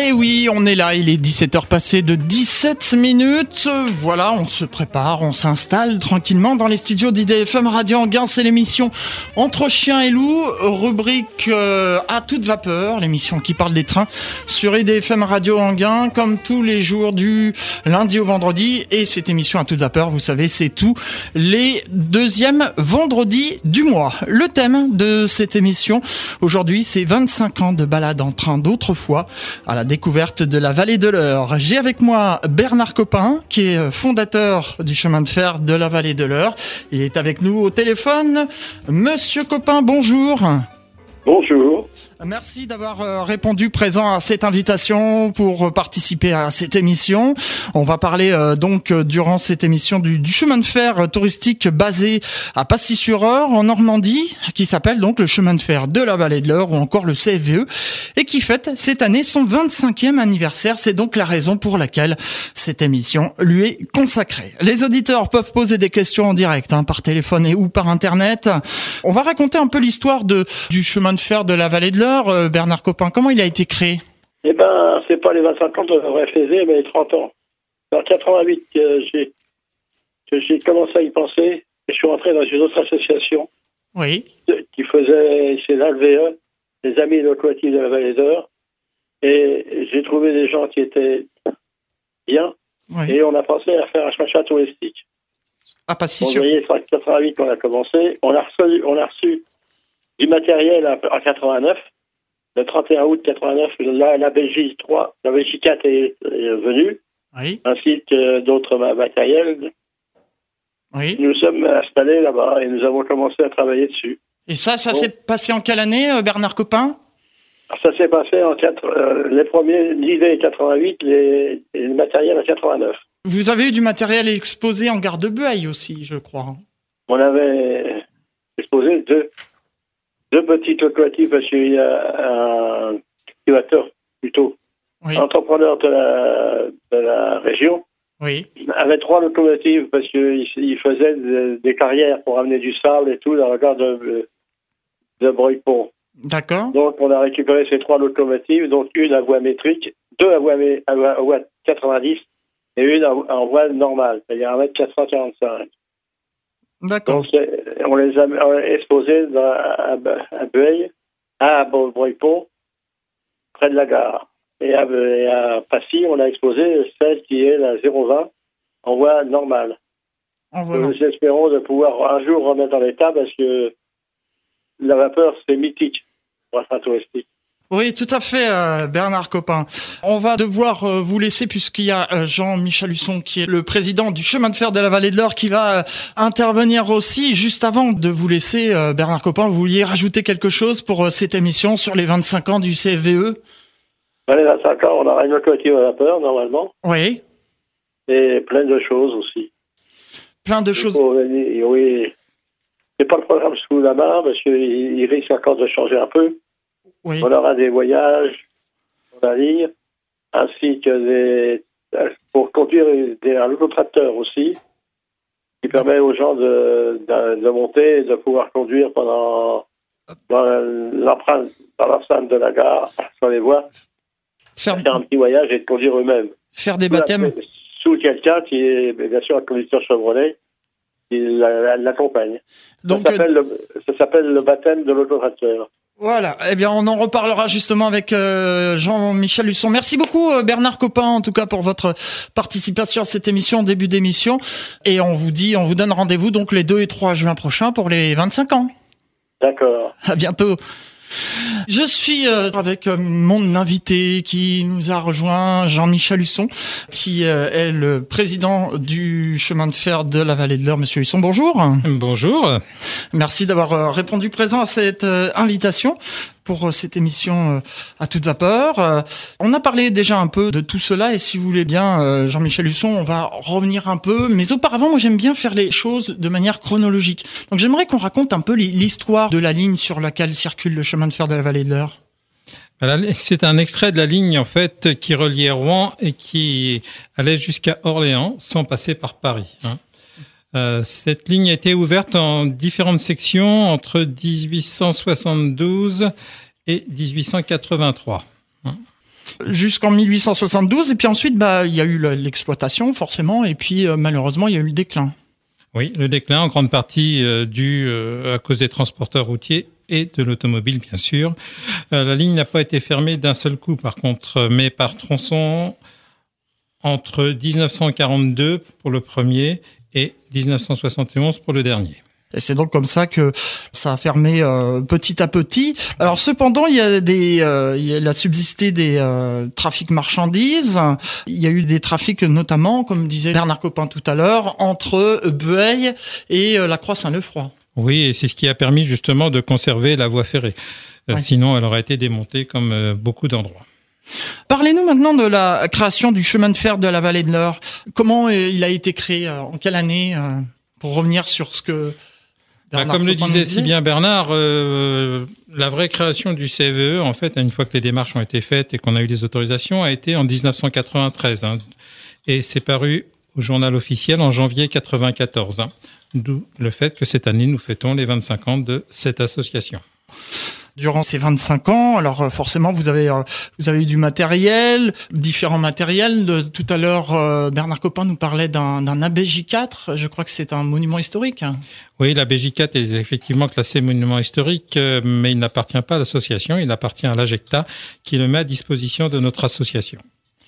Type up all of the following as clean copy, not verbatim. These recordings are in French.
Et oui, on est là, il est 17h passé de 17 minutes. Voilà, on se prépare, on s'installe tranquillement dans les studios d'IDFM Radio Anguin. C'est l'émission Entre chiens et loups, rubrique à toute vapeur, l'émission qui parle des trains sur IDFM Radio Anguin, comme tous les jours du lundi au vendredi. Et cette émission à toute vapeur, vous savez, c'est tous les deuxièmes vendredis du mois. Le thème de cette émission, aujourd'hui, c'est 25 ans de balade en train d'autrefois, à la découverte de la vallée de l'Eure. J'ai avec moi Bernard Copin, qui est fondateur du chemin de fer de la vallée de l'Eure. Il est avec nous au téléphone. Monsieur Copin, bonjour. Bonjour. Merci d'avoir répondu présent à cette invitation pour participer à cette émission. On va parler donc durant cette émission du chemin de fer touristique basé à Pacy-sur-Eure en Normandie, qui s'appelle donc le chemin de fer de la vallée de l'Eure ou encore le CFVE et qui fête cette année son 25e anniversaire. C'est donc la raison pour laquelle cette émission lui est consacrée. Les auditeurs peuvent poser des questions en direct par téléphone et ou par internet. On va raconter un peu l'histoire du chemin de fer de la vallée de l'Eure. Bernard Copin, comment il a été créé? Eh ben, c'est pas les 25 ans que j'aurais fait, mais les 30 ans. En 88, que j'ai commencé à y penser, et je suis rentré dans une autre association qui faisait, c'est l'ALVE, les Amis Locomotives de la Vallée d'Eure, et j'ai trouvé des gens qui étaient bien, et on a pensé à faire un chemin touristique. Ah, pas si sûr. Vous voyez, c'est en 88 qu'on a commencé, on a reçu du matériel en 89. Le 31 août 89, la Belgique 3, la Belgique 4 est venue, ainsi que d'autres matériels. Oui. Nous sommes installés là-bas et nous avons commencé à travailler dessus. Et ça s'est passé en quelle année, Bernard Copin? Ça s'est passé les premiers, l'idée 88, les matériels en 89. Vous avez eu du matériel exposé en gare de Bueil aussi, je crois. On avait exposé deux petites locomotives parce qu'il y a un cultivateur, plutôt, entrepreneur de la région. Oui. Il avait 3 locomotives parce qu'il faisait des carrières pour amener du sable et tout dans la gare de Breuil-Pont. D'accord. Donc on a récupéré ces 3 locomotives, donc une à voie métrique, 2 à voie 90 et une en voie normale, c'est-à-dire 1m445. D'accord. Donc, on les a exposés à Bueil, à Breuil-Pont, près de la gare. Et à Pacy, on a exposé celle qui est la 020 en voie normale. Nous espérons de pouvoir un jour remettre en état parce que la vapeur, c'est mythique pour un train touristique. Oui, tout à fait, Bernard Copin. On va devoir vous laisser puisqu'il y a Jean-Michel Husson qui est le président du chemin de fer de la vallée de l'Eure qui va intervenir aussi. Juste avant de vous laisser, Bernard Copin, vous vouliez rajouter quelque chose pour cette émission sur les 25 ans du CFVE? Dans les 25 ans, on aura une locomotive à vapeur, normalement. Oui. Et plein de choses aussi. Plein de choses. Oui. C'est pas le programme sous la main parce qu'il risque encore de changer un peu. Oui. On aura des voyages sur la ligne, ainsi que pour conduire un locotracteur aussi, qui permet aux gens de monter et de pouvoir conduire dans l'enceinte de la gare, sur les voies, faire un petit voyage et de conduire eux-mêmes. Faire des baptêmes. Sous quelqu'un qui est bien sûr un conducteur Chevrolet, qui l'accompagne. Donc, ça s'appelle le baptême de l'autotracteur. Voilà, eh bien on en reparlera justement avec Jean-Michel Husson. Merci beaucoup Bernard Copin en tout cas pour votre participation à cette émission, début d'émission. Et on vous donne rendez-vous donc les 2 et 3 juin prochains pour les 25 ans. D'accord. À bientôt. Je suis avec mon invité qui nous a rejoint, Jean-Michel Husson, qui est le président du chemin de fer de la vallée de l'Eure. Monsieur Husson, bonjour. Bonjour. Merci d'avoir répondu présent à cette invitation pour cette émission à toute vapeur. On a parlé déjà un peu de tout cela et si vous voulez bien, Jean-Michel Husson, on va revenir un peu. Mais auparavant, moi j'aime bien faire les choses de manière chronologique. Donc j'aimerais qu'on raconte un peu l'histoire de la ligne sur laquelle circule le chemin de fer de la vallée de l'Eure. C'est un extrait de la ligne en fait qui reliait Rouen et qui allait jusqu'à Orléans sans passer par Paris. Cette ligne a été ouverte en différentes sections entre 1872 et 1883. Jusqu'en 1872, et puis ensuite, il y a eu l'exploitation, forcément, et puis malheureusement, il y a eu le déclin. Oui, le déclin en grande partie dû à cause des transporteurs routiers et de l'automobile, bien sûr. La ligne n'a pas été fermée d'un seul coup, par contre, mais par tronçon entre 1942 pour le premier et 1971 pour le dernier. Et c'est donc comme ça que ça a fermé petit à petit. Alors cependant, il a subsisté des trafics marchandises. Il y a eu des trafics notamment, comme disait Bernard Copin tout à l'heure, entre Bueil et la Croix-Saint-Leufroy. Oui, et c'est ce qui a permis justement de conserver la voie ferrée. Ouais. Sinon, elle aurait été démontée comme beaucoup d'endroits. Parlez-nous maintenant de la création du chemin de fer de la vallée de l'Eure. Comment il a été créé, en quelle année, pour revenir sur ce que... Comme le disait si bien Bernard, la vraie création du CVE, en fait, une fois que les démarches ont été faites et qu'on a eu les autorisations, a été en 1993. Et c'est paru au journal officiel en janvier 1994. D'où le fait que cette année, nous fêtons les 25 ans de cette association. Durant ces 25 ans, alors forcément, vous avez eu du matériel, différents matériels. Tout à l'heure, Bernard Copin nous parlait d'un ABJ4. Je crois que c'est un monument historique. Oui, l'ABJ4 est effectivement classé monument historique, mais il n'appartient pas à l'association, il appartient à l'AGECTA, qui le met à disposition de notre association.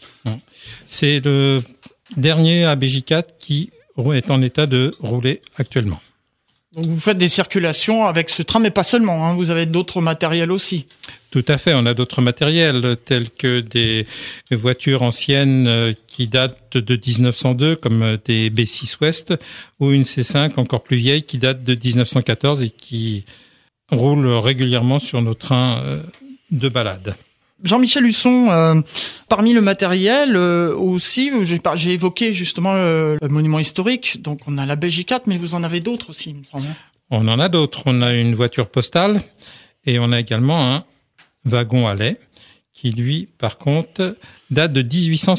C'est le dernier ABJ4 qui est en état de rouler actuellement. Donc vous faites des circulations avec ce train, mais pas seulement, vous avez d'autres matériels aussi. Tout à fait, on a d'autres matériels tels que des voitures anciennes qui datent de 1902, comme des B6 Ouest, ou une C5 encore plus vieille qui date de 1914 et qui roule régulièrement sur nos trains de balade. Jean-Michel Husson, parmi le matériel aussi, j'ai évoqué justement le monument historique, donc on a la BJ4, mais vous en avez d'autres aussi, il me semble. On en a d'autres, on a une voiture postale et on a également un wagon à lait qui lui, par contre, date de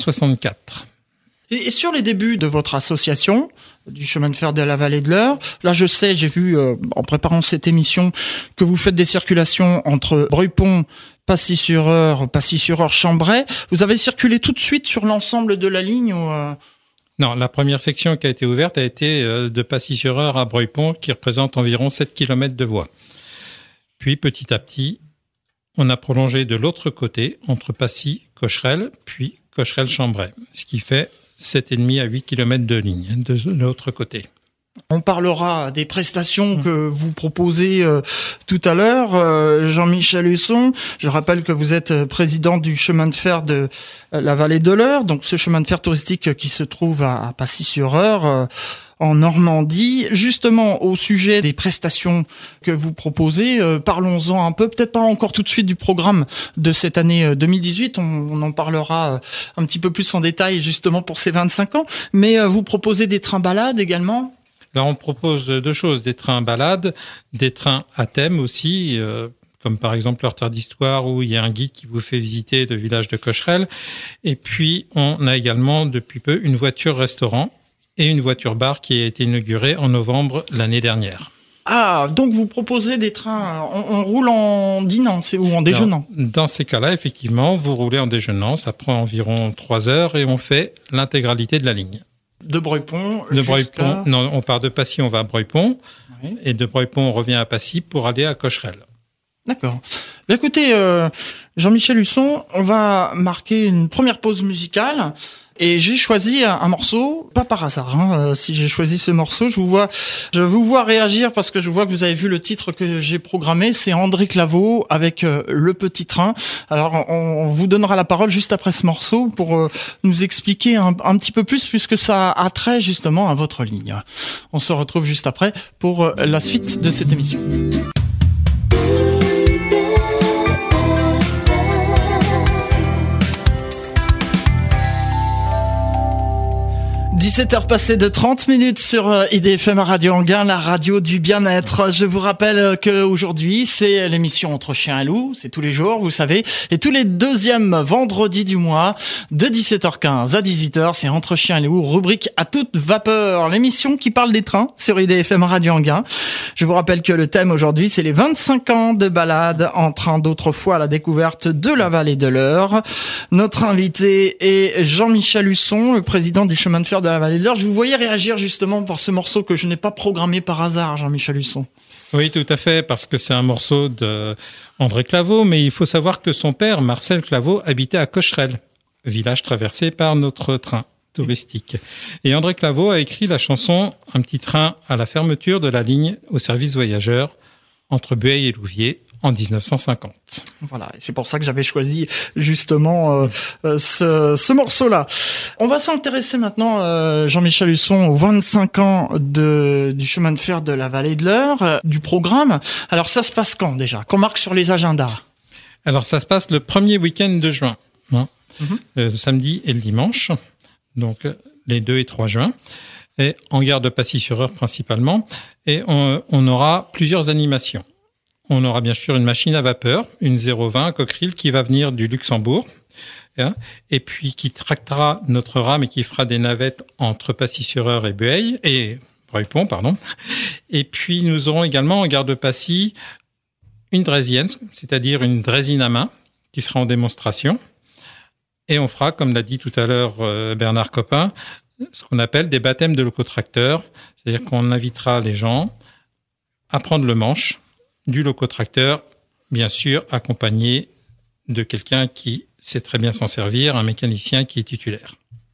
1864. Et sur les débuts de votre association, du chemin de fer de la vallée de l'Eure, là j'ai vu en préparant cette émission que vous faites des circulations entre Breuil-Pont, Passy-sur-Eure, Chambray. Vous avez circulé tout de suite sur l'ensemble de la ligne ou Non, la première section qui a été ouverte a été de Passy-sur-Eure à Breuil-Pont, qui représente environ 7 km de voie. Puis petit à petit, on a prolongé de l'autre côté, entre Passy-Cocherel, puis Cocherel-Chambray, ce qui fait 7,5 à 8 km de ligne de l'autre côté. On parlera des prestations que vous proposez tout à l'heure. Jean-Michel Husson, je rappelle que vous êtes président du chemin de fer de la vallée de l'Eure, donc ce chemin de fer touristique qui se trouve à Passy-sur-Eure, en Normandie. Justement, au sujet des prestations que vous proposez, parlons-en un peu, peut-être pas encore tout de suite du programme de cette année 2018, on en parlera un petit peu plus en détail justement pour ces 25 ans, mais vous proposez des trains balades également ? Là, on propose deux choses, des trains balades, des trains à thème aussi, comme par exemple l'heure Terre d'Histoire où il y a un guide qui vous fait visiter le village de Cocherel. Et puis, on a également depuis peu une voiture restaurant et une voiture bar qui a été inaugurée en novembre l'année dernière. Ah, donc vous proposez des trains, on roule en dînant ou en déjeunant? Dans ces cas-là, effectivement, vous roulez en déjeunant, ça prend environ 3 heures et on fait l'intégralité de la ligne. De Breuil-Pont non, on part de Passy, on va à Breuil-Pont, oui. Et de Breuil-Pont, on revient à Passy pour aller à Cocherel. D'accord. Bien, écoutez, Jean-Michel Husson, on va marquer une première pause musicale. Et j'ai choisi un morceau, pas par hasard. Si j'ai choisi ce morceau, je vous vois réagir parce que je vois que vous avez vu le titre que j'ai programmé. C'est André Claveau avec Le Petit Train. Alors, on vous donnera la parole juste après ce morceau pour nous expliquer un petit peu plus puisque ça a trait justement à votre ligne. On se retrouve juste après pour la suite de cette émission. 17h passées de 30 minutes sur IDFM Radio Anguin, la radio du bien-être. Je vous rappelle que aujourd'hui c'est l'émission Entre chiens et loups, c'est tous les jours, vous savez, et tous les deuxièmes vendredis du mois, de 17h15 à 18h, c'est Entre chiens et loups, rubrique à toute vapeur, l'émission qui parle des trains sur IDFM Radio Anguin. Je vous rappelle que le thème aujourd'hui c'est les 25 ans de balade en train d'autrefois à la découverte de la vallée de l'Eure. Notre invité est Jean-Michel Husson, le président du chemin de fer de la vallée de l'Eure. Je vous voyais réagir justement par ce morceau que je n'ai pas programmé par hasard, Jean-Michel Husson. Oui, tout à fait, parce que c'est un morceau de André Claveau, mais il faut savoir que son père, Marcel Claveau, habitait à Cocherel, village traversé par notre train touristique. Et André Claveau a écrit la chanson « Un petit train à la fermeture de la ligne au service voyageurs entre Bueil et Louviers » en 1950. Voilà, et c'est pour ça que j'avais choisi justement ce morceau-là. On va s'intéresser maintenant, Jean-Michel Husson, aux 25 ans du chemin de fer de la vallée de l'Eure, du programme. Alors ça se passe quand déjà? Qu'on marque sur les agendas? Alors ça se passe le premier week-end de juin, le samedi et le dimanche, donc les 2 et 3 juin, et en gare de Pacy-sur-Eure principalement, et on aura plusieurs animations. On aura bien sûr une machine à vapeur, une 020 Cockerill qui va venir du Luxembourg, et puis qui tractera notre rame et qui fera des navettes entre Pacy-sur-Eure et Breuil-Pont, pardon. Et puis nous aurons également en gare de Pacy une draisienne, c'est-à-dire une draisine à main, qui sera en démonstration. Et on fera, comme l'a dit tout à l'heure Bernard Copin, ce qu'on appelle des baptêmes de locotracteurs, c'est-à-dire qu'on invitera les gens à prendre le manche du locotracteur, bien sûr, accompagné de quelqu'un qui sait très bien s'en servir, un mécanicien qui est titulaire.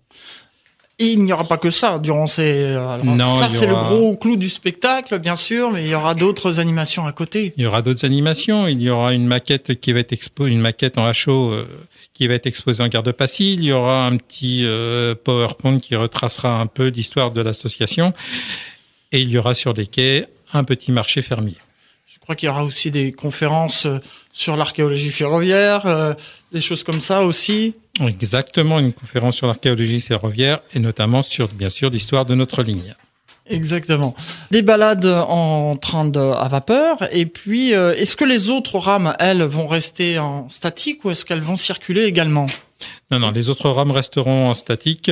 Et il n'y aura pas que ça durant ces... c'est le gros clou du spectacle, bien sûr, mais il y aura d'autres animations à côté. Il y aura d'autres animations. Il y aura une maquette qui va être une maquette en HO qui va être exposée en gare de Pacy. Il y aura un petit PowerPoint qui retracera un peu l'histoire de l'association. Et il y aura sur les quais un petit marché fermier. Je crois qu'il y aura aussi des conférences sur l'archéologie ferroviaire, des choses comme ça aussi. Exactement, une conférence sur l'archéologie ferroviaire et notamment sur, bien sûr, l'histoire de notre ligne. Exactement. Des balades en train à vapeur. Et puis, est-ce que les autres rames, elles, vont rester en statique ou est-ce qu'elles vont circuler également? Non, les autres rames resteront en statique,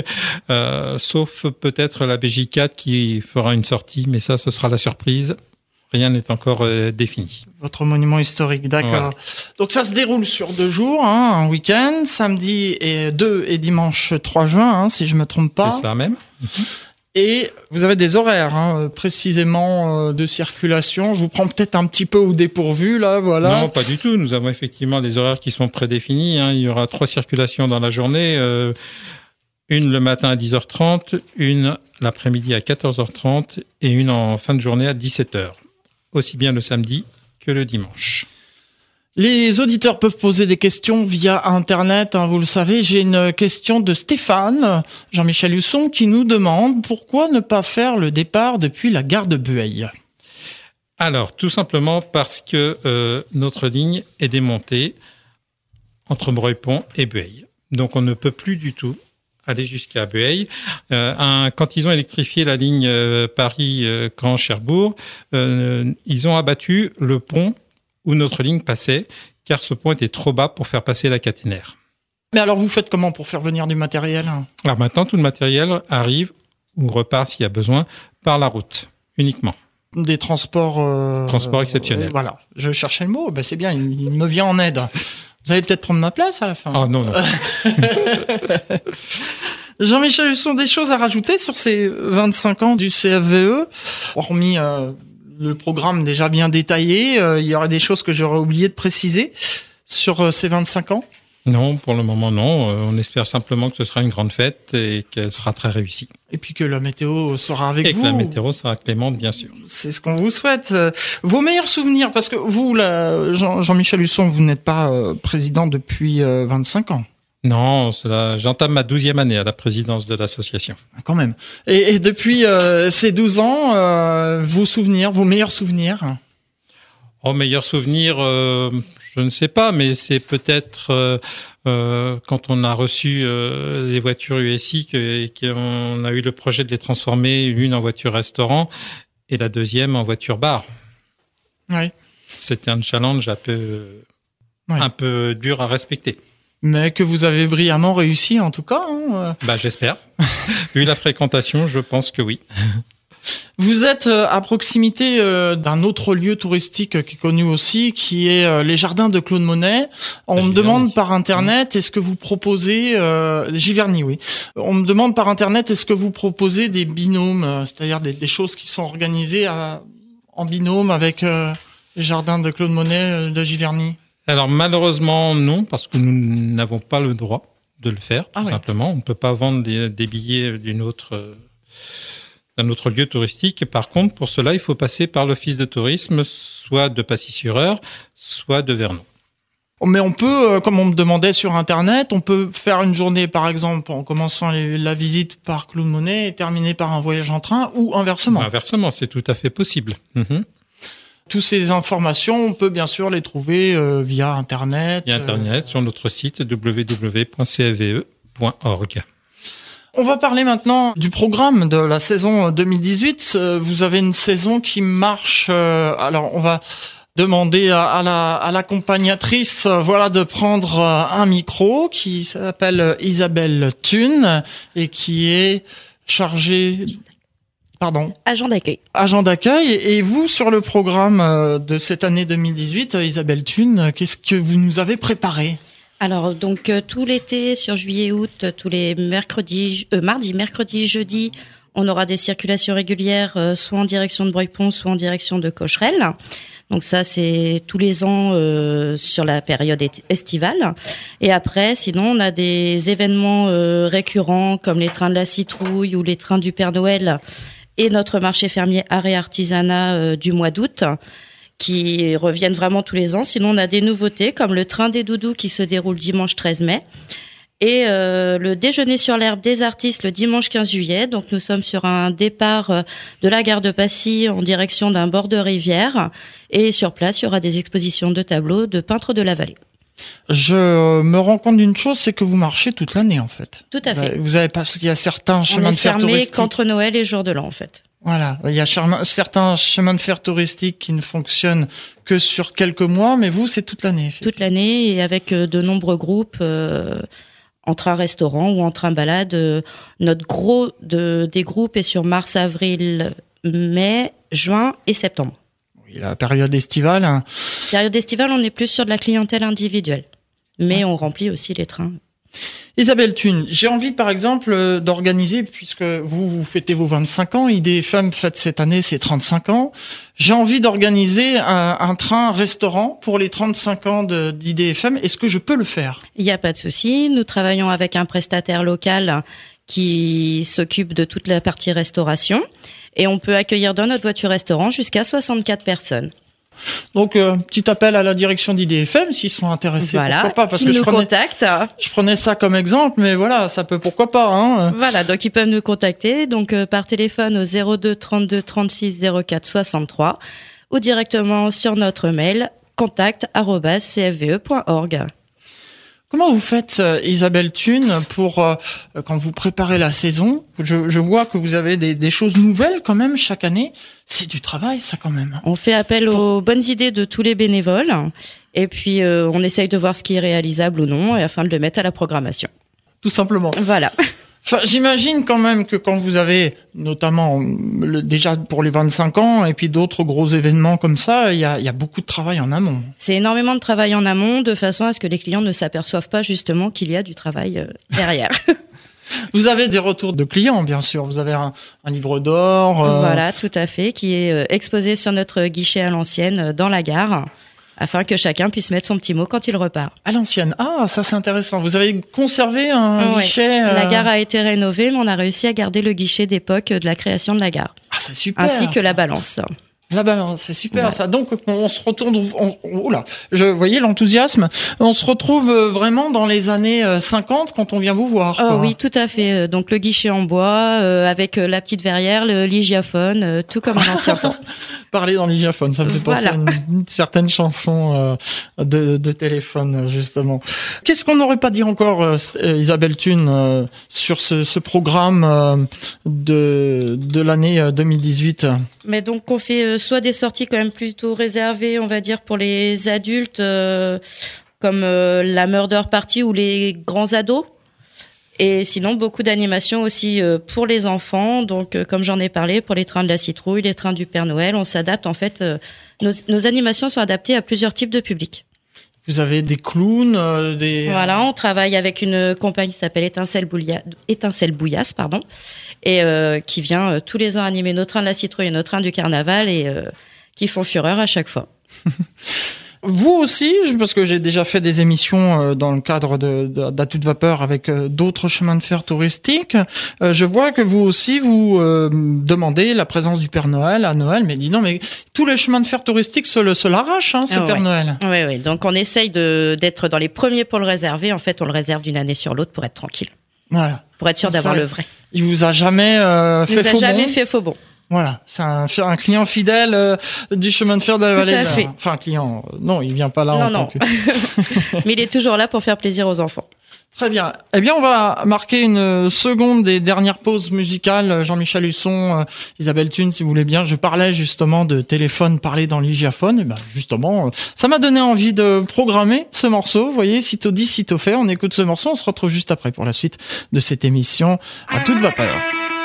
sauf peut-être la BJ4 qui fera une sortie, mais ça, ce sera la surprise. Rien n'est encore défini. Votre monument historique, d'accord. Voilà. Donc ça se déroule sur 2 jours, un week-end, samedi 2 et dimanche 3 juin, si je me trompe pas. C'est ça même. Et vous avez des horaires précisément de circulation. Je vous prends peut-être un petit peu au dépourvu là, voilà. Non, pas du tout. Nous avons effectivement des horaires qui sont prédéfinis. Il y aura 3 circulations dans la journée. Une le matin à 10h30, une l'après-midi à 14h30 et une en fin de journée à 17h. Aussi bien le samedi que le dimanche. Les auditeurs peuvent poser des questions via Internet, vous le savez. J'ai une question de Stéphane, Jean-Michel Husson, qui nous demande pourquoi ne pas faire le départ depuis la gare de Bueil. Alors, tout simplement parce que notre ligne est démontée entre Breuil-Pont et Bueil. Donc, on ne peut plus du tout aller jusqu'à Bueil. Quand ils ont électrifié la ligne Paris-Caen-Cherbourg, ils ont abattu le pont où notre ligne passait, car ce pont était trop bas pour faire passer la caténaire. Mais alors vous faites comment pour faire venir du matériel? Alors maintenant, tout le matériel arrive ou repart s'il y a besoin par la route, uniquement. Des transports... transports exceptionnels. Voilà, je cherchais le mot, c'est bien, il me vient en aide. Vous allez peut-être prendre ma place à la fin. Oh non. Jean-Michel Husson, des choses à rajouter sur ces 25 ans du CFVE? Hormis le programme déjà bien détaillé, il y aurait des choses que j'aurais oublié de préciser sur ces 25 ans? Non, pour le moment non. On espère simplement que ce sera une grande fête et qu'elle sera très réussie. Et puis que la météo sera avec vous. Et que la météo sera clémente, bien sûr. C'est ce qu'on vous souhaite. Vos meilleurs souvenirs, parce que vous, Jean-Michel Husson, vous n'êtes pas président depuis 25 ans. Non, j'entame ma 12e année à la présidence de l'association. Quand même. Et depuis ces 12 ans, vos meilleurs souvenirs? Meilleurs souvenirs, je ne sais pas, mais c'est peut-être quand on a reçu les voitures USI qu'on a eu le projet de les transformer, l'une en voiture restaurant et la deuxième en voiture bar. Oui. C'était un challenge un peu dur à respecter. Mais que vous avez brillamment réussi en tout cas. J'espère. Vu la fréquentation, je pense que oui. Vous êtes à proximité d'un autre lieu touristique qui est connu aussi, qui est les jardins de Claude Monet. On me demande par internet, est-ce que vous proposez Giverny, oui. On me demande par internet, est-ce que vous proposez des binômes, c'est-à-dire des choses qui sont organisées en binôme avec les jardins de Claude Monet de Giverny? Alors malheureusement non, parce que nous n'avons pas le droit de le faire, tout simplement. On ne peut pas vendre des billets d'un autre lieu touristique. Par contre, pour cela, il faut passer par l'office de tourisme, soit de Pacy-sur-Eure, soit de Vernon. Mais on peut, comme on me demandait sur Internet, on peut faire une journée, par exemple, en commençant la visite par Claude Monet et terminer par un voyage en train, ou inversement. Inversement, c'est tout à fait possible. Toutes ces informations, on peut bien sûr les trouver via Internet. Via Internet, sur notre site www.cave.org. On va parler maintenant du programme de la saison 2018. Vous avez une saison qui marche. Alors, on va demander à l'accompagnatrice, de prendre un micro qui s'appelle Isabelle Thune et qui est chargée. Agent d'accueil. Agent d'accueil. Et vous, sur le programme de cette année 2018, Isabelle Thune, qu'est-ce que vous nous avez préparé? Alors, donc, tout l'été, sur juillet-août, tous les mardi, mercredi, jeudi, on aura des circulations régulières, soit en direction de Breuil-Pont, soit en direction de Cocherel. Donc ça, c'est tous les ans sur la période estivale. Et après, sinon, on a des événements récurrents comme les trains de la citrouille ou les trains du Père Noël et notre marché fermier art et artisanat du mois d'août, qui reviennent vraiment tous les ans. Sinon, on a des nouveautés comme le train des doudous qui se déroule dimanche 13 mai et le déjeuner sur l'herbe des artistes le dimanche 15 juillet. Donc, nous sommes sur un départ de la gare de Passy en direction d'un bord de rivière. Et sur place, il y aura des expositions de tableaux de peintres de la vallée. Je me rends compte d'une chose, c'est que vous marchez toute l'année, en fait. Tout à fait. Vous avez pas, parce qu'il y a certains chemins de fer touristiques. On est fermé qu'entre Noël et jour de l'an, en fait. Voilà. Il y a certains chemins de fer touristiques qui ne fonctionnent que sur quelques mois, mais vous, c'est toute l'année. Toute l'année et avec de nombreux groupes, en train-restaurant ou en train-balade. Notre gros des groupes est sur mars, avril, mai, juin et septembre. La période estivale. Période estivale, on est plus sur de la clientèle individuelle. Mais on remplit aussi les trains. Isabelle Thune, j'ai envie par exemple d'organiser, puisque vous fêtez vos 25 ans, IDFM fête cette année ses 35 ans, j'ai envie d'organiser un train-restaurant pour les 35 ans d'IDFM. Est-ce que je peux le faire? Il n'y a pas de souci. Nous travaillons avec un prestataire local qui s'occupe de toute la partie restauration. Et on peut accueillir dans notre voiture-restaurant jusqu'à 64 personnes. Donc, petit appel à la direction d'IDFM, s'ils sont intéressés, pourquoi pas, parce que je prenais ça comme exemple, mais voilà, ça peut, pourquoi pas, hein. Voilà, donc ils peuvent nous contacter, donc, par téléphone au 02 32 36 04 63 ou directement sur notre mail contact@cfve.org. Comment vous faites, Isabelle Thune, pour quand vous préparez la saison? Je vois que vous avez des choses nouvelles quand même chaque année. C'est du travail, ça, quand même. On fait appel aux bonnes idées de tous les bénévoles et puis on essaye de voir ce qui est réalisable ou non et afin de le mettre à la programmation. Tout simplement. Voilà. Enfin, j'imagine quand même que quand vous avez, notamment déjà pour les 25 ans et puis d'autres gros événements comme ça, il y a beaucoup de travail en amont. C'est énormément de travail en amont, de façon à ce que les clients ne s'aperçoivent pas justement qu'il y a du travail derrière. Vous avez des retours de clients, bien sûr. Vous avez un livre d'or. Voilà, tout à fait, qui est exposé sur notre guichet à l'ancienne dans la gare, afin que chacun puisse mettre son petit mot quand il repart. À l'ancienne. Ah, ça c'est intéressant. Vous avez conservé un guichet La gare a été rénovée, mais on a réussi à garder le guichet d'époque de la création de la gare. Ah, c'est super. Ainsi que la balance. La balance, c'est super ça. Donc on se retourne. Je voyais l'enthousiasme. On se retrouve vraiment dans les années 50 quand on vient vous voir. Oh oui, tout à fait. Donc le guichet en bois avec la petite verrière, le lygiaphone, tout comme à l'ancien temps. Parler dans le lygiaphone, ça me fait penser à une certaine chanson de téléphone justement. Qu'est-ce qu'on n'aurait pas dit encore, Isabelle Thune, sur ce programme de l'année 2018? Mais donc on fait soit des sorties quand même plutôt réservées, on va dire, pour les adultes, comme la Murder Party ou les grands ados. Et sinon, beaucoup d'animations aussi pour les enfants. Donc, comme j'en ai parlé, pour les trains de la citrouille, les trains du Père Noël, on s'adapte en fait. Nos animations sont adaptées à plusieurs types de publics. Vous avez des clowns, Voilà, on travaille avec une compagnie qui s'appelle Étincelle Bouillasse, et qui vient tous les ans animer nos trains de la citrouille et nos trains du carnaval et qui font fureur à chaque fois. Vous aussi, parce que j'ai déjà fait des émissions dans le cadre d'À toute vapeur avec d'autres chemins de fer touristiques. Je vois que vous aussi, vous demandez la présence du Père Noël à Noël, mais dis non, mais tous les chemins de fer touristiques se l'arrachent, ce Père Noël. Oui. Donc on essaye d'être dans les premiers pour le réserver. En fait, on le réserve d'une année sur l'autre pour être tranquille. Voilà. Pour être sûr d'avoir le vrai. Il vous a jamais fait faux bon. Voilà, c'est un client fidèle du chemin de fer de la vallée de l'Eure. Enfin, client, non, il vient pas là non. Mais il est toujours là pour faire plaisir aux enfants. Très bien. Eh bien, on va marquer une seconde des dernières pauses musicales. Jean-Michel Husson, Isabelle Thune, si vous voulez bien. Je parlais justement de téléphone parlé dans l'hygiaphone. Et ben, justement, ça m'a donné envie de programmer ce morceau. Vous voyez, sitôt dit, sitôt fait. On écoute ce morceau. On se retrouve juste après pour la suite de cette émission à toute vapeur.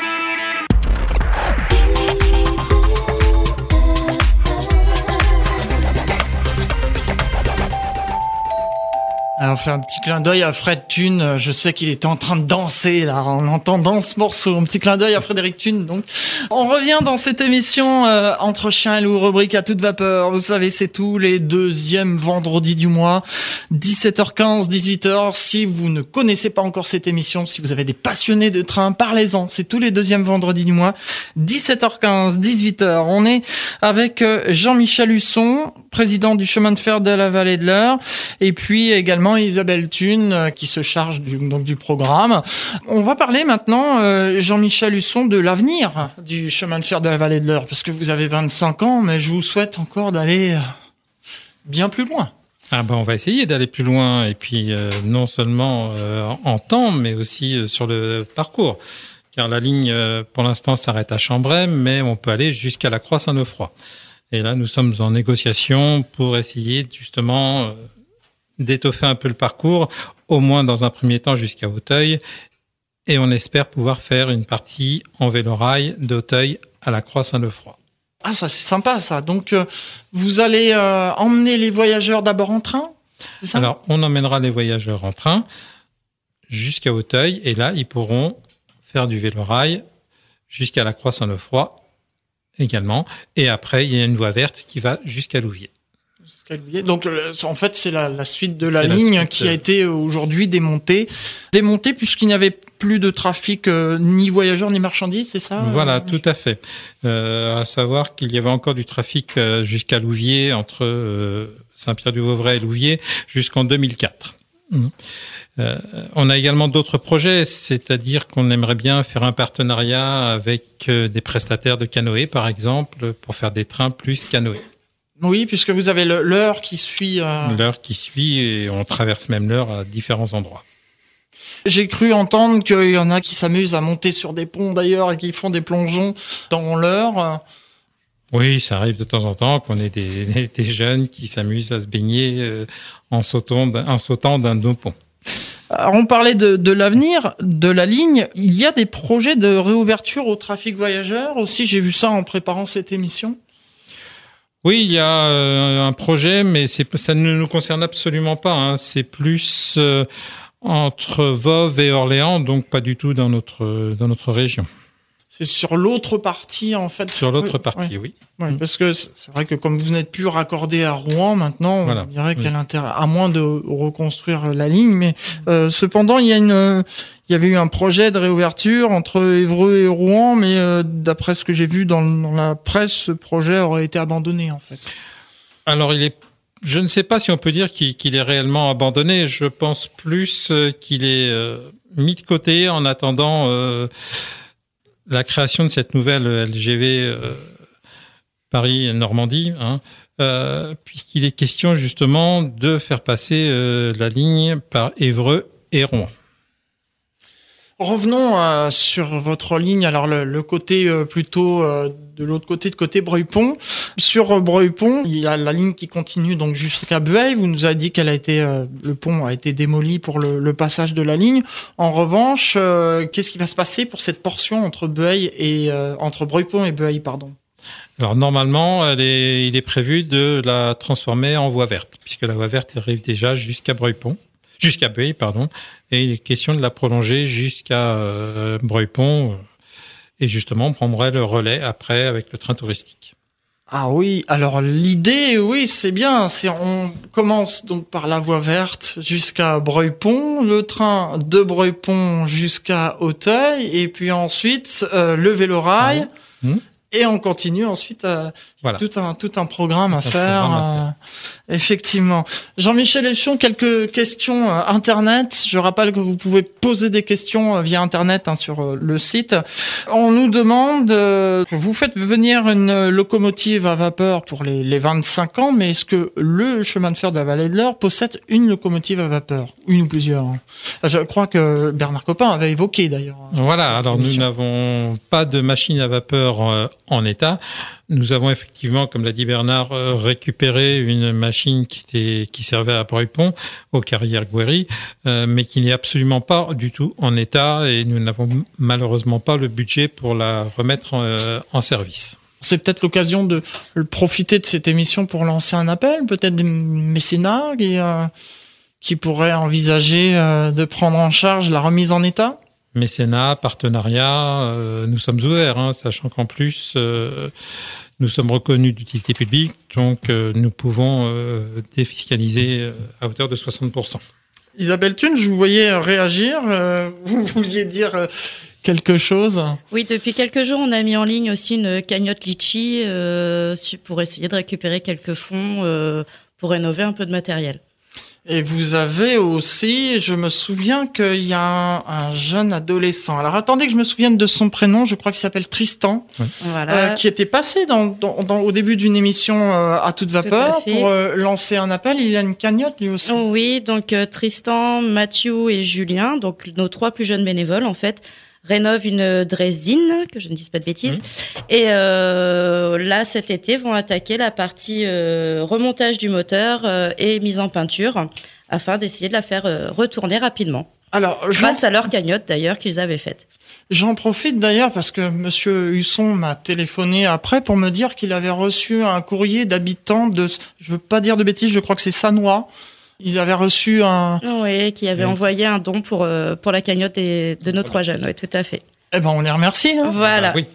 Alors, on fait un petit clin d'œil à Fred Thune. Je sais qu'il était en train de danser, là, en entendant ce morceau. Un petit clin d'œil à Frédéric Thune, donc. On revient dans cette émission, Entre chiens et loups, rubrique à toute vapeur. Vous savez, c'est tous les deuxièmes vendredis du mois. 17h15, 18h. Si vous ne connaissez pas encore cette émission, si vous avez des passionnés de train, parlez-en. C'est tous les deuxièmes vendredis du mois. 17h15, 18h. On est avec Jean-Michel Husson, président du chemin de fer de la vallée de l'Eure. Et puis également Isabelle Thune qui se charge du programme. On va parler maintenant, Jean-Michel Husson, de l'avenir du chemin de fer de la vallée de l'Eure, parce que vous avez 25 ans, mais je vous souhaite encore d'aller bien plus loin. On va essayer d'aller plus loin, et puis non seulement en temps, mais aussi sur le parcours. Car la ligne, pour l'instant, s'arrête à Chambray, mais on peut aller jusqu'à la Croix-Saint-Eufroy. Et là, nous sommes en négociation pour essayer justement d'étoffer un peu le parcours, au moins dans un premier temps jusqu'à Auteuil, et on espère pouvoir faire une partie en vélorail d'Auteuil à la Croix-Saint-Eufroy. Ah, ça c'est sympa ça. Donc vous allez emmener les voyageurs d'abord en train, c'est ça ? Alors, on emmènera les voyageurs en train jusqu'à Auteuil, et là, ils pourront faire du vélorail jusqu'à la Croix-Saint-Eufroy également, et après, il y a une voie verte qui va jusqu'à Louviers. Donc, en fait, c'est la suite de la ligne qui a été aujourd'hui démontée puisqu'il n'y avait plus de trafic ni voyageurs ni marchandises, c'est ça ? Voilà, tout à fait. À savoir qu'il y avait encore du trafic jusqu'à Louviers, entre Saint-Pierre-du-Vauvray et Louviers, jusqu'en 2004. On a également d'autres projets, c'est-à-dire qu'on aimerait bien faire un partenariat avec des prestataires de canoë, par exemple, pour faire des trains plus canoë. Oui, puisque vous avez l'Eure qui suit... L'Eure qui suit, et on traverse même l'Eure à différents endroits. J'ai cru entendre qu'il y en a qui s'amusent à monter sur des ponts d'ailleurs et qui font des plongeons dans l'Eure. Oui, ça arrive de temps en temps qu'on ait des jeunes qui s'amusent à se baigner en sautant d'un de nos ponts. Alors on parlait de l'avenir de la ligne. Il y a des projets de réouverture au trafic voyageurs aussi. J'ai vu ça en préparant cette émission. Oui, il y a un projet, mais ça ne nous concerne absolument pas. C'est plus entre Voves et Orléans, donc pas du tout dans notre région. C'est sur l'autre partie, en fait. Sur l'autre partie, oui. Oui, parce que c'est vrai que comme vous n'êtes plus raccordé à Rouen maintenant, on dirait qu'il y a l'intérêt, à moins de reconstruire la ligne, mais cependant il y avait eu un projet de réouverture entre Évreux et Rouen, mais d'après ce que j'ai vu dans la presse, ce projet aurait été abandonné en fait. Alors je ne sais pas si on peut dire qu'il est réellement abandonné. Je pense plus qu'il est mis de côté en attendant la création de cette nouvelle LGV Paris-Normandie, puisqu'il est question justement de faire passer la ligne par Évreux et Rouen. Revenons sur votre ligne. Alors le côté plutôt de l'autre côté, de côté Breuil-Pont. Sur Breuil-Pont, il y a la ligne qui continue donc jusqu'à Bueil. Vous nous avez dit qu'elle a été le pont a été démoli pour le passage de la ligne. En revanche, qu'est-ce qui va se passer pour cette portion entre Bueil et entre Breuil-Pont et Bueil, pardon? Alors normalement, il est prévu de la transformer en voie verte, puisque la voie verte arrive déjà jusqu'à Bueil, et il est question de la prolonger jusqu'à Breuil-Pont, et justement on prendrait le relais après avec le train touristique. Ah oui, alors l'idée, oui, c'est bien. On commence donc par la voie verte jusqu'à Breuil-Pont, le train de Breuil-Pont jusqu'à Auteuil, et puis ensuite le vélorail. Et on continue ensuite tout un programme à faire. Effectivement. Jean-Michel Husson, quelques questions Internet. Je rappelle que vous pouvez poser des questions via Internet sur le site. On nous demande, vous faites venir une locomotive à vapeur pour les 25 ans, mais est-ce que le chemin de fer de la Vallée de l'Eure possède une locomotive à vapeur? Une ou plusieurs? Je crois que Bernard Copin avait évoqué d'ailleurs. Voilà, alors nous n'avons pas de machine à vapeur en état. Nous avons effectivement, comme l'a dit Bernard, récupéré une machine qui servait à Breuil-Pont, aux carrières Gouéry, mais qui n'est absolument pas du tout en état, et nous n'avons malheureusement pas le budget pour la remettre en service. C'est peut-être l'occasion de profiter de cette émission pour lancer un appel, peut-être des mécénats qui pourraient envisager de prendre en charge la remise en état. Mécénat, partenariat, nous sommes ouverts, sachant qu'en plus nous sommes reconnus d'utilité publique, donc nous pouvons défiscaliser à hauteur de 60%. Isabelle Thune, je vous voyais réagir, vous vouliez dire quelque chose? Oui, depuis quelques jours, on a mis en ligne aussi une cagnotte Litchi pour essayer de récupérer quelques fonds pour rénover un peu de matériel. Et vous avez aussi, je me souviens qu'il y a un jeune adolescent. Alors attendez que je me souvienne de son prénom. Je crois qu'il s'appelle Tristan, qui était passé au début d'une émission à toute vapeur pour lancer un appel. Il a une cagnotte lui aussi. Oui, donc Tristan, Mathieu et Julien, donc nos 3 plus jeunes bénévoles en fait, rénovent une Dresine, que je ne dise pas de bêtises. Et là, cet été, vont attaquer la partie remontage du moteur et mise en peinture, afin d'essayer de la faire retourner rapidement. Alors, grâce à leur cagnotte, d'ailleurs, qu'ils avaient faite. J'en profite d'ailleurs parce que Monsieur Husson m'a téléphoné après pour me dire qu'il avait reçu un courrier d'habitants je veux pas dire de bêtises, je crois que c'est Sannois. Ils avaient reçu qui avait envoyé un don pour la cagnotte de nos 3 jeunes. Oui, tout à fait. Eh ben, on les remercie. Voilà. Oui.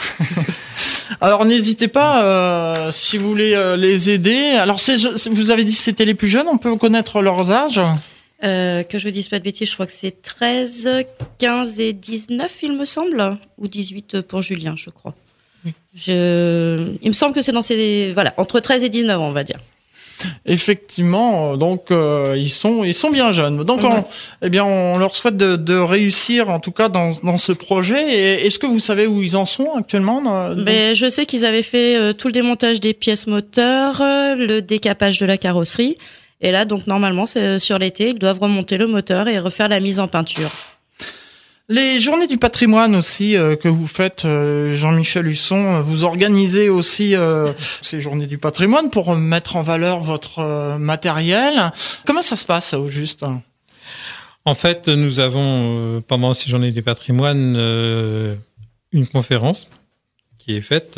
Alors, n'hésitez pas, si vous voulez les aider. Alors, vous avez dit que c'était les plus jeunes. On peut connaître leurs âges? Que je ne dise pas de bêtises, je crois que c'est 13, 15 et 19, il me semble. Ou 18 pour Julien, je crois. Oui. Il me semble que c'est entre 13 et 19, on va dire. Effectivement, donc ils sont bien jeunes. Donc on leur souhaite de réussir en tout cas dans ce projet. Et est-ce que vous savez où ils en sont actuellement? Je sais qu'ils avaient fait tout le démontage des pièces moteurs, le décapage de la carrosserie. Et là, donc normalement, c'est sur l'été, ils doivent remonter le moteur et refaire la mise en peinture. Les journées du patrimoine aussi que vous faites, Jean-Michel Husson, vous organisez aussi ces journées du patrimoine pour mettre en valeur votre matériel. Comment ça se passe au juste? En fait, nous avons pendant ces journées du patrimoine une conférence qui est faite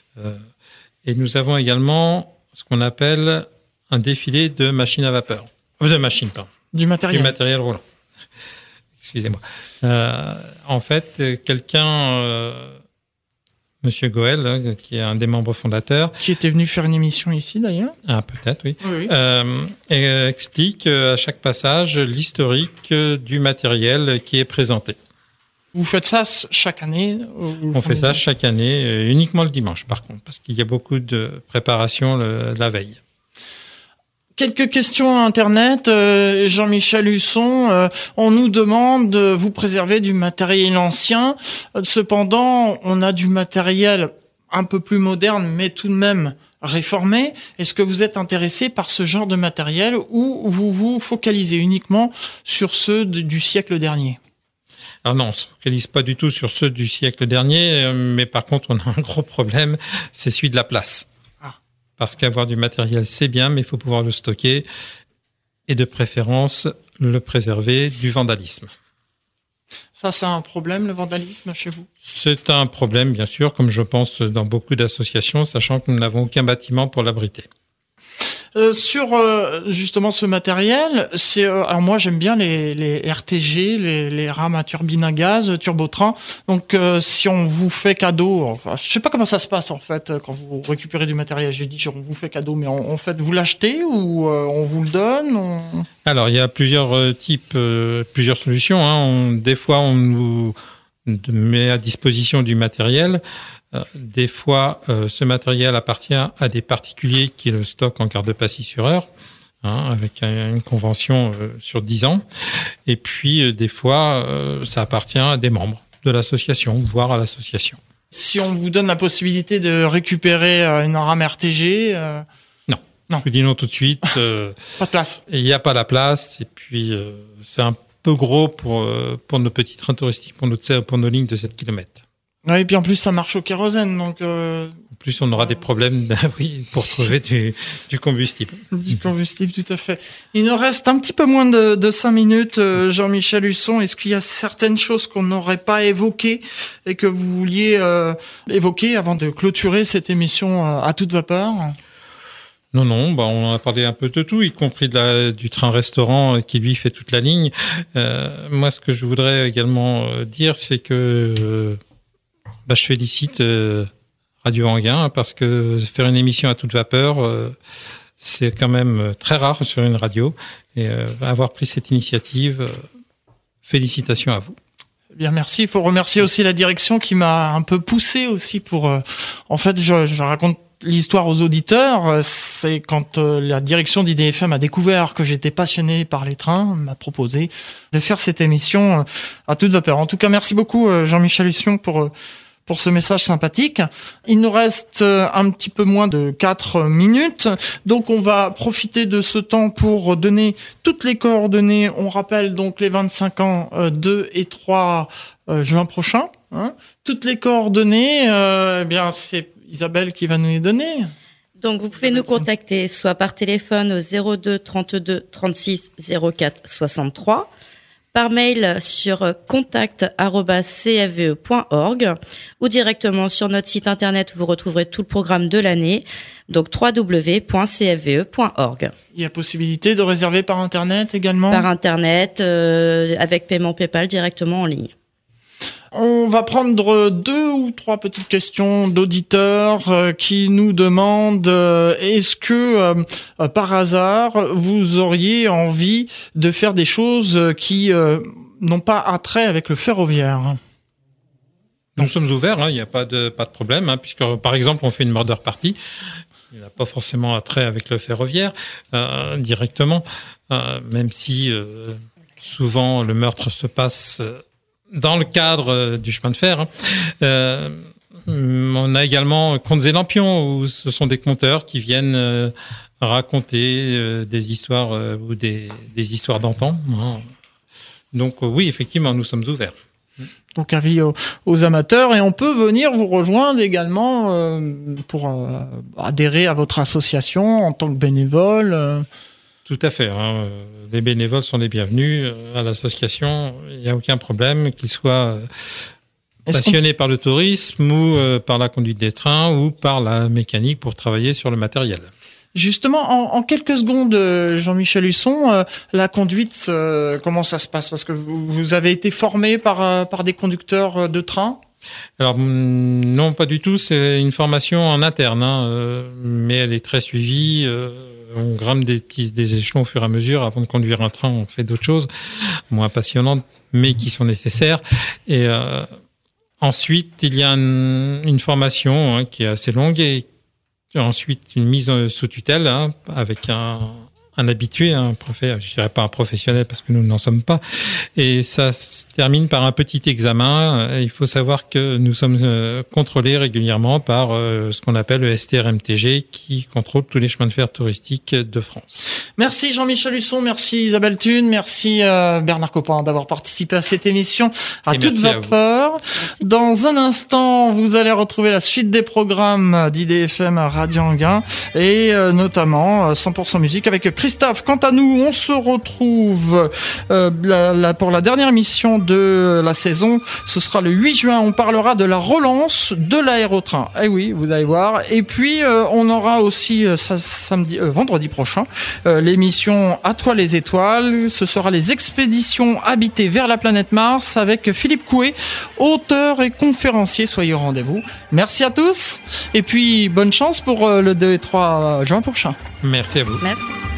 et nous avons également ce qu'on appelle un défilé de machines à vapeur, du matériel roulant. Excusez-moi. En fait, quelqu'un Monsieur Goël, qui est un des membres fondateurs. Qui était venu faire une émission ici, d'ailleurs. Ah, peut-être, oui. Oui. Et explique à chaque passage l'historique du matériel qui est présenté. Vous faites ça chaque année? On fait ça chaque année, uniquement le dimanche, par contre, parce qu'il y a beaucoup de préparation la veille. Quelques questions à Internet. Jean-Michel Husson, on nous demande de vous préserver du matériel ancien. Cependant, on a du matériel un peu plus moderne, mais tout de même réformé. Est-ce que vous êtes intéressé par ce genre de matériel ou vous vous focalisez uniquement sur ceux du siècle dernier? Alors non, on se focalise pas du tout sur ceux du siècle dernier, mais par contre, on a un gros problème, c'est celui de la place. Parce qu'avoir du matériel, c'est bien, mais il faut pouvoir le stocker et de préférence le préserver du vandalisme. Ça, c'est un problème, le vandalisme, chez vous? C'est un problème, bien sûr, comme je pense dans beaucoup d'associations, sachant que nous n'avons aucun bâtiment pour l'abriter. Sur justement ce matériel, alors moi j'aime bien les RTG, les rames à turbine à gaz, turbotrain. Donc si on vous fait cadeau, enfin je sais pas comment ça se passe en fait quand vous récupérez du matériel. J'ai dit on vous fait cadeau, mais en fait vous l'achetez ou on vous le donne? Alors il y a plusieurs types, plusieurs solutions. Des fois on nous met à disposition du matériel. Des fois, ce matériel appartient à des particuliers qui le stockent en garde-pas-si-sur-heure, avec une convention sur 10 ans. Et puis, des fois, ça appartient à des membres de l'association, voire à l'association. Si on vous donne la possibilité de récupérer une rame RTG... Non. Je vous dis non tout de suite. Pas de place. Il n'y a pas la place. Et puis, c'est un peu gros pour nos petits trains touristiques, pour nos lignes de 7 km. Oui, et puis en plus ça marche au kérosène, donc. En plus, on aura des problèmes, pour trouver du combustible. Du combustible, tout à fait. Il nous reste un petit peu moins de 5 minutes, Jean-Michel Husson. Est-ce qu'il y a certaines choses qu'on n'aurait pas évoquées et que vous vouliez évoquer avant de clôturer cette émission à toute vapeur? Non, on en a parlé un peu de tout, y compris du train-restaurant qui lui fait toute la ligne. Moi, ce que je voudrais également dire, c'est que je félicite Radio Anguin parce que faire une émission à toute vapeur, c'est quand même très rare sur une radio. Et avoir pris cette initiative, félicitations à vous. Bien, merci. Il faut remercier aussi la direction qui m'a un peu poussé aussi pour... en fait, je raconte l'histoire aux auditeurs. C'est quand la direction d'IDFM a découvert que j'étais passionné par les trains, m'a proposé de faire cette émission à toute vapeur. En tout cas, merci beaucoup Jean-Michel Husson pour ce message sympathique. Il nous reste un petit peu moins de 4 minutes. Donc, on va profiter de ce temps pour donner toutes les coordonnées. On rappelle donc les 25 ans 2 et 3 juin prochain. Toutes les coordonnées, c'est Isabelle qui va nous les donner. Donc, vous pouvez nous contacter soit par téléphone au 02 32 36 04 63, par mail sur contact@cave.org ou directement sur notre site internet où vous retrouverez tout le programme de l'année, donc www.cave.org. Il y a possibilité de réserver par internet également? Par internet, avec paiement PayPal directement en ligne. On va prendre 2 ou 3 petites questions d'auditeurs qui nous demandent est-ce que par hasard vous auriez envie de faire des choses qui n'ont pas attrait avec le ferroviaire? Nous sommes ouverts, il n'y a pas de problème, puisque par exemple on fait une murder party. Il n'a pas forcément attrait avec le ferroviaire directement, même si souvent le meurtre se passe dans le cadre du chemin de fer. On a également Contes et Lampions, où ce sont des conteurs qui viennent raconter des histoires ou des histoires d'antan. Donc oui, effectivement, nous sommes ouverts. Donc avis aux amateurs, et on peut venir vous rejoindre également pour adhérer à votre association en tant que bénévole. Tout à fait. Les bénévoles sont les bienvenus à l'association. Il n'y a aucun problème, qu'ils soient passionnés par le tourisme ou par la conduite des trains ou par la mécanique pour travailler sur le matériel. Justement, en quelques secondes, Jean-Michel Husson, la conduite, comment ça se passe? Parce que vous avez été formé par des conducteurs de train? Alors non, pas du tout. C'est une formation en interne, mais elle est très suivie. On grimpe des échelons au fur et à mesure. Avant de conduire un train, on fait d'autres choses moins passionnantes, mais qui sont nécessaires. Et ensuite, il y a une formation qui est assez longue et ensuite une mise sous tutelle avec un habitué, je dirais pas un professionnel parce que nous n'en sommes pas. Et ça se termine par un petit examen. Il faut savoir que nous sommes contrôlés régulièrement par ce qu'on appelle le STRMTG qui contrôle tous les chemins de fer touristiques de France. Merci Jean-Michel Husson, merci Isabelle Thune, merci Bernard Copin d'avoir participé à cette émission à toute vapeur. Dans un instant, vous allez retrouver la suite des programmes d'IDFM à Radio Anguin et notamment 100% musique avec Christophe. Quant à nous, on se retrouve pour la dernière émission de la saison. Ce sera le 8 juin. On parlera de la relance de l'aérotrain. Eh oui, vous allez voir. Et puis, on aura aussi vendredi prochain l'émission À toi les étoiles. Ce sera les expéditions habitées vers la planète Mars avec Philippe Coué, auteur et conférencier. Soyez au rendez-vous. Merci à tous. Et puis, bonne chance pour le 2 et 3 juin prochain. Merci à vous. Merci.